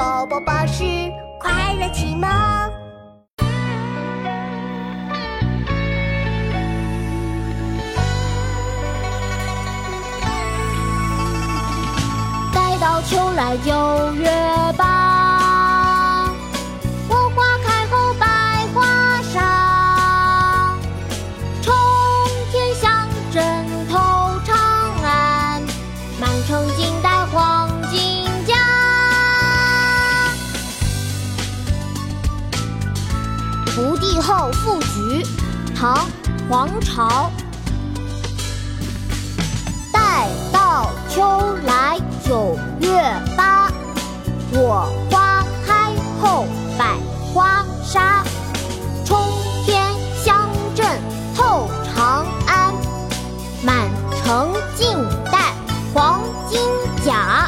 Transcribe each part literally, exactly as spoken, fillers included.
宝宝巴士快乐启蒙。待到秋来九月八，我花开后百花杀。冲天象阵透长安，满城尽带黄金甲。不第后赋菊，唐·黄巢。待到秋来九月八，我花开后百花杀。冲天象阵透长安，满城尽带黄金甲。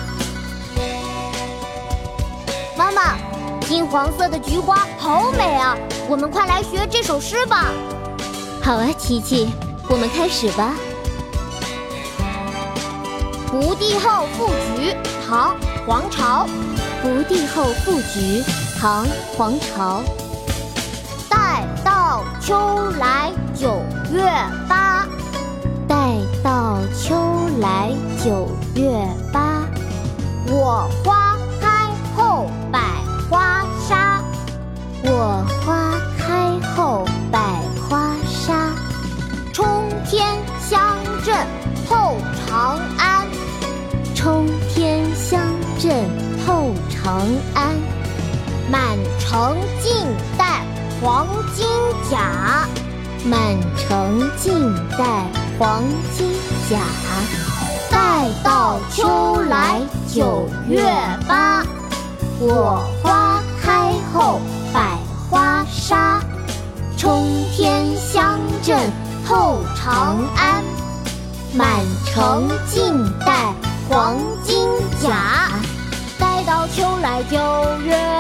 妈妈，金黄色的菊花好美啊！我们快来学这首诗吧。 好啊，琪琪，我们开始吧。 不第后赋菊，唐·黄巢。 不第后赋菊，唐·黄巢。 待到秋来九月八， 待到秋来九月八， 我花开后百花杀。 我花开后百花杀。 冲天象阵透长安， 冲天象阵透长安， 满城尽带黄金甲。 满城尽带黄金甲。 待到秋来九月八，我花开后百花杀。冲天象阵透长安，满城尽带黄金甲。待到秋来九月